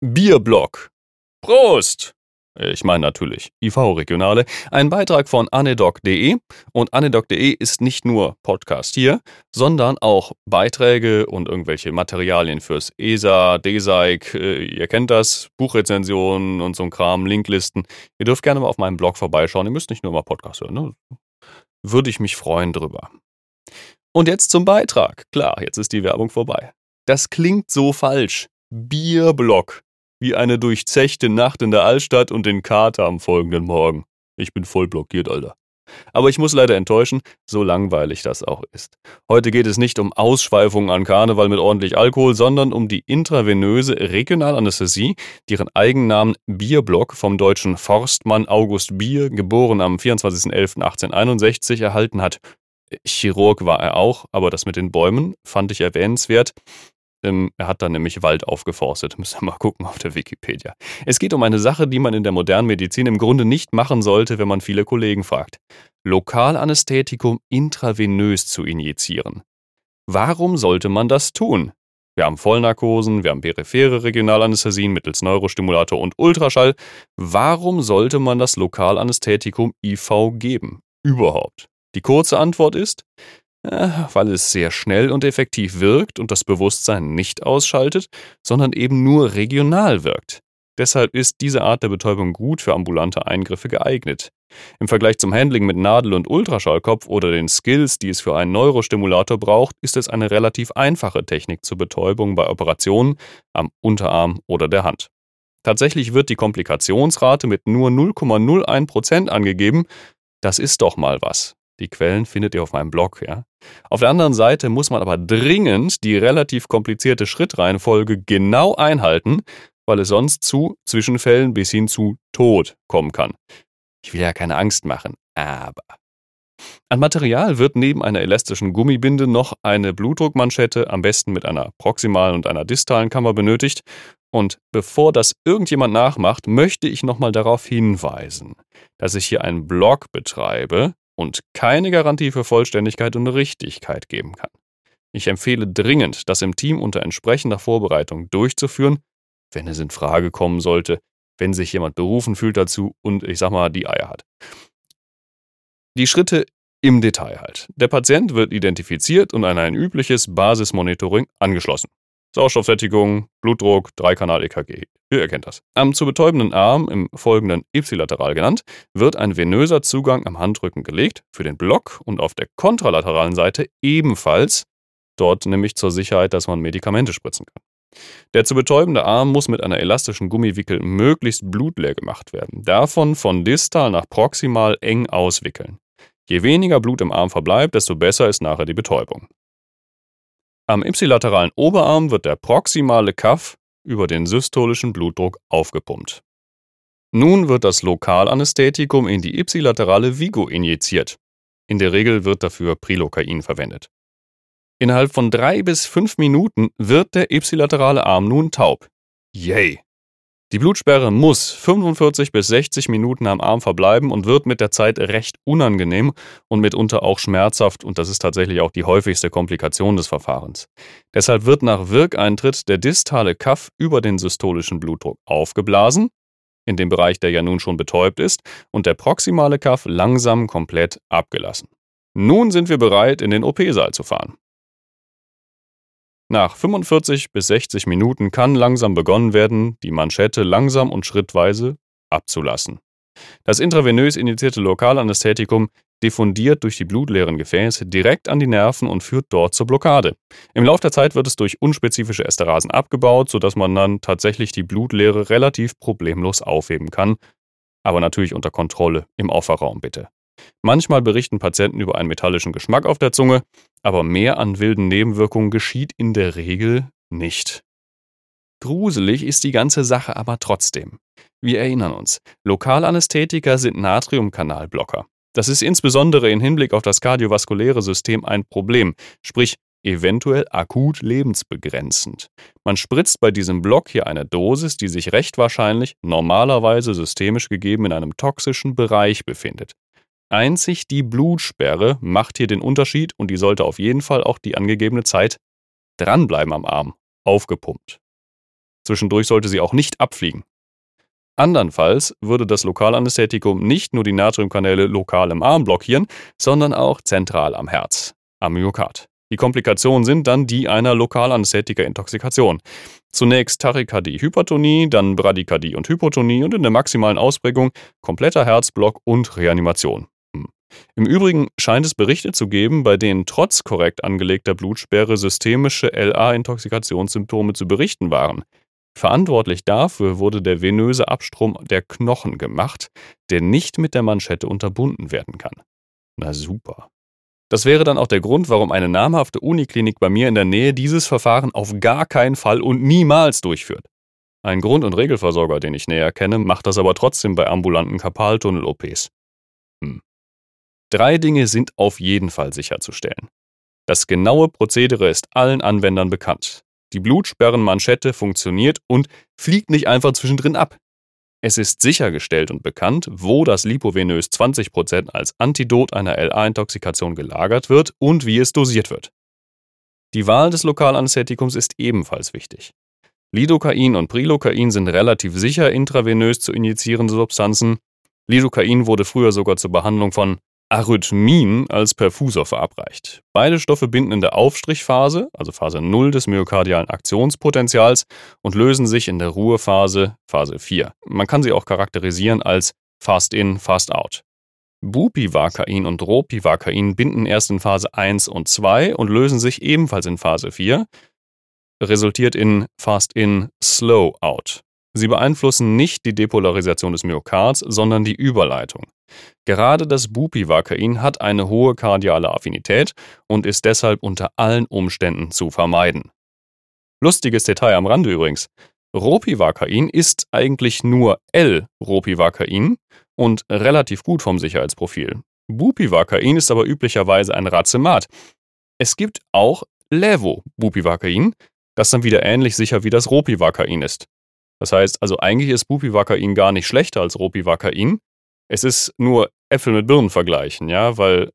Bierblock. Prost! Ich meine natürlich IV-Regionale. Ein Beitrag von anedoc.de. Und anedoc.de ist nicht nur Podcast hier, sondern auch Beiträge und irgendwelche Materialien fürs ESA, DESIG, ihr kennt das, Buchrezensionen und so ein Kram, Linklisten. Ihr dürft gerne mal auf meinem Blog vorbeischauen. Ihr müsst nicht nur mal Podcast hören, ne? Würde ich mich freuen drüber. Und jetzt zum Beitrag. Klar, jetzt ist die Werbung vorbei. Das klingt so falsch. Bierblock. Wie eine durchzechte Nacht in der Altstadt und den Kater am folgenden Morgen. Ich bin voll blockiert, Alter. Aber ich muss leider enttäuschen, so langweilig das auch ist. Heute geht es nicht um Ausschweifungen an Karneval mit ordentlich Alkohol, sondern um die intravenöse Regionalanästhesie, deren Eigennamen Bierblock vom deutschen Forstmann August Bier, geboren am 24.11.1861, erhalten hat. Chirurg war er auch, aber das mit den Bäumen fand ich erwähnenswert. Er hat dann nämlich Wald aufgeforstet. Müssen wir mal gucken auf der Wikipedia. Es geht um eine Sache, die man in der modernen Medizin im Grunde nicht machen sollte, wenn man viele Kollegen fragt. Lokalanästhetikum intravenös zu injizieren. Warum sollte man das tun? Wir haben Vollnarkosen, wir haben periphere Regionalanästhesien mittels Neurostimulator und Ultraschall. Warum sollte man das Lokalanästhetikum IV geben? Überhaupt? Die kurze Antwort ist, weil es sehr schnell und effektiv wirkt und das Bewusstsein nicht ausschaltet, sondern eben nur regional wirkt. Deshalb ist diese Art der Betäubung gut für ambulante Eingriffe geeignet. Im Vergleich zum Handling mit Nadel- und Ultraschallkopf oder den Skills, die es für einen Neurostimulator braucht, ist es eine relativ einfache Technik zur Betäubung bei Operationen am Unterarm oder der Hand. Tatsächlich wird die Komplikationsrate mit nur 0,01% angegeben. Das ist doch mal was. Die Quellen findet ihr auf meinem Blog, ja. Auf der anderen Seite muss man aber dringend die relativ komplizierte Schrittreihenfolge genau einhalten, weil es sonst zu Zwischenfällen bis hin zu Tod kommen kann. Ich will ja keine Angst machen, aber an Material wird neben einer elastischen Gummibinde noch eine Blutdruckmanschette, am besten mit einer proximalen und einer distalen Kammer benötigt. Und bevor das irgendjemand nachmacht, möchte ich nochmal darauf hinweisen, dass ich hier einen Blog betreibe und keine Garantie für Vollständigkeit und Richtigkeit geben kann. Ich empfehle dringend, das im Team unter entsprechender Vorbereitung durchzuführen, wenn es in Frage kommen sollte, wenn sich jemand berufen fühlt dazu und, ich sag mal, die Eier hat. Die Schritte im Detail halt. Der Patient wird identifiziert und an ein übliches Basismonitoring angeschlossen. Sauerstoffsättigung, Blutdruck, Dreikanal-EKG. Ihr erkennt das. Am zu betäubenden Arm, im folgenden ipsilateral genannt, wird ein venöser Zugang am Handrücken gelegt für den Block und auf der kontralateralen Seite ebenfalls, dort nämlich zur Sicherheit, dass man Medikamente spritzen kann. Der zu betäubende Arm muss mit einer elastischen Gummiwickel möglichst blutleer gemacht werden. Davon von distal nach proximal eng auswickeln. Je weniger Blut im Arm verbleibt, desto besser ist nachher die Betäubung. Am ipsilateralen Oberarm wird der proximale Kaff über den systolischen Blutdruck aufgepumpt. Nun wird das Lokalanästhetikum in die ipsilaterale Vigo injiziert. In der Regel wird dafür Prilokain verwendet. Innerhalb von 3 bis 5 Minuten wird der ipsilaterale Arm nun taub. Yay! Die Blutsperre muss 45 bis 60 Minuten am Arm verbleiben und wird mit der Zeit recht unangenehm und mitunter auch schmerzhaft, und das ist tatsächlich auch die häufigste Komplikation des Verfahrens. Deshalb wird nach Wirkeintritt der distale Kaff über den systolischen Blutdruck aufgeblasen, in dem Bereich, der ja nun schon betäubt ist, und der proximale Kaff langsam komplett abgelassen. Nun sind wir bereit, in den OP-Saal zu fahren. Nach 45 bis 60 Minuten kann langsam begonnen werden, die Manschette langsam und schrittweise abzulassen. Das intravenös injizierte Lokalanästhetikum diffundiert durch die blutleeren Gefäße direkt an die Nerven und führt dort zur Blockade. Im Laufe der Zeit wird es durch unspezifische Esterasen abgebaut, sodass man dann tatsächlich die Blutleere relativ problemlos aufheben kann, aber natürlich unter Kontrolle im Aufwachraum bitte. Manchmal berichten Patienten über einen metallischen Geschmack auf der Zunge, aber mehr an wilden Nebenwirkungen geschieht in der Regel nicht. Gruselig ist die ganze Sache aber trotzdem. Wir erinnern uns, Lokalanästhetika sind Natriumkanalblocker. Das ist insbesondere im Hinblick auf das kardiovaskuläre System ein Problem, sprich eventuell akut lebensbegrenzend. Man spritzt bei diesem Block hier eine Dosis, die sich recht wahrscheinlich normalerweise systemisch gegeben in einem toxischen Bereich befindet. Einzig die Blutsperre macht hier den Unterschied und die sollte auf jeden Fall auch die angegebene Zeit dranbleiben am Arm, aufgepumpt. Zwischendurch sollte sie auch nicht abfliegen. Andernfalls würde das Lokalanästhetikum nicht nur die Natriumkanäle lokal im Arm blockieren, sondern auch zentral am Herz, am Myokard. Die Komplikationen sind dann die einer Lokalanästhetika-Intoxikation. Zunächst Tachykardie, Hypertonie, dann Bradykardie und Hypotonie und in der maximalen Ausprägung kompletter Herzblock und Reanimation. Im Übrigen scheint es Berichte zu geben, bei denen trotz korrekt angelegter Blutsperre systemische LA-Intoxikationssymptome zu berichten waren. Verantwortlich dafür wurde der venöse Abstrom der Knochen gemacht, der nicht mit der Manschette unterbunden werden kann. Na super. Das wäre dann auch der Grund, warum eine namhafte Uniklinik bei mir in der Nähe dieses Verfahren auf gar keinen Fall und niemals durchführt. Ein Grund- und Regelversorger, den ich näher kenne, macht das aber trotzdem bei ambulanten Karpaltunnel-OPs. 3 Dinge sind auf jeden Fall sicherzustellen. Das genaue Prozedere ist allen Anwendern bekannt. Die Blutsperrenmanschette funktioniert und fliegt nicht einfach zwischendrin ab. Es ist sichergestellt und bekannt, wo das Lipovenös 20% als Antidot einer LA-Intoxikation gelagert wird und wie es dosiert wird. Die Wahl des Lokalanästhetikums ist ebenfalls wichtig. Lidocain und Prilocain sind relativ sicher intravenös zu injizierende Substanzen. Lidocain wurde früher sogar zur Behandlung von Arrhythmien als Perfusor verabreicht. Beide Stoffe binden in der Aufstrichphase, also Phase 0 des myokardialen Aktionspotentials, und lösen sich in der Ruhephase, Phase 4. Man kann sie auch charakterisieren als Fast-in, Fast-out. Bupivacain und Ropivacain binden erst in Phase 1 und 2 und lösen sich ebenfalls in Phase 4, resultiert in Fast-in, Slow-out. Sie beeinflussen nicht die Depolarisation des Myokards, sondern die Überleitung. Gerade das Bupivacain hat eine hohe kardiale Affinität und ist deshalb unter allen Umständen zu vermeiden. Lustiges Detail am Rande übrigens. Ropivacain ist eigentlich nur L-Ropivacain und relativ gut vom Sicherheitsprofil. Bupivacain ist aber üblicherweise ein Racemat. Es gibt auch Levobupivacain, das dann wieder ähnlich sicher wie das Ropivacain ist. Das heißt, also eigentlich ist Bupivacain gar nicht schlechter als Ropivacain. Es ist nur Äpfel mit Birnen vergleichen, ja, weil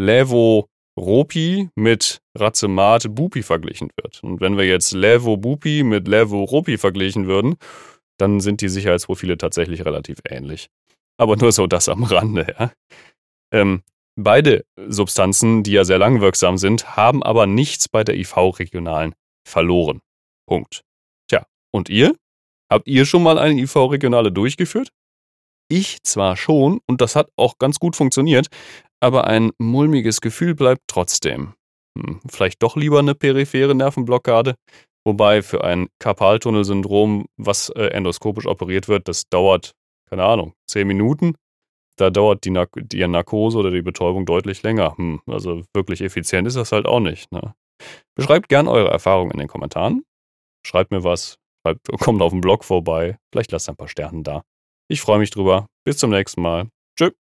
Levo-Ropi mit Racemat-Bupi verglichen wird. Und wenn wir jetzt Levo-Bupi mit Levo-Ropi verglichen würden, dann sind die Sicherheitsprofile tatsächlich relativ ähnlich. Aber nur so das am Rande, ja. Beide Substanzen, die ja sehr langwirksam sind, haben aber nichts bei der IV-Regionalen verloren. Punkt. Tja, und ihr? Habt ihr schon mal eine IV-Regionale durchgeführt? Ich zwar schon, und das hat auch ganz gut funktioniert, aber ein mulmiges Gefühl bleibt trotzdem. Vielleicht doch lieber eine periphere Nervenblockade? Wobei für ein Karpaltunnelsyndrom, was endoskopisch operiert wird, das dauert, keine Ahnung, 10 Minuten. Da dauert die Narkose oder die Betäubung deutlich länger. Also wirklich effizient ist das halt auch nicht. Ne? Beschreibt gern eure Erfahrungen in den Kommentaren. Schreibt mir was. Kommt auf dem Blog vorbei. Vielleicht lasst ein paar Sterne da. Ich freue mich drüber. Bis zum nächsten Mal. Tschüss.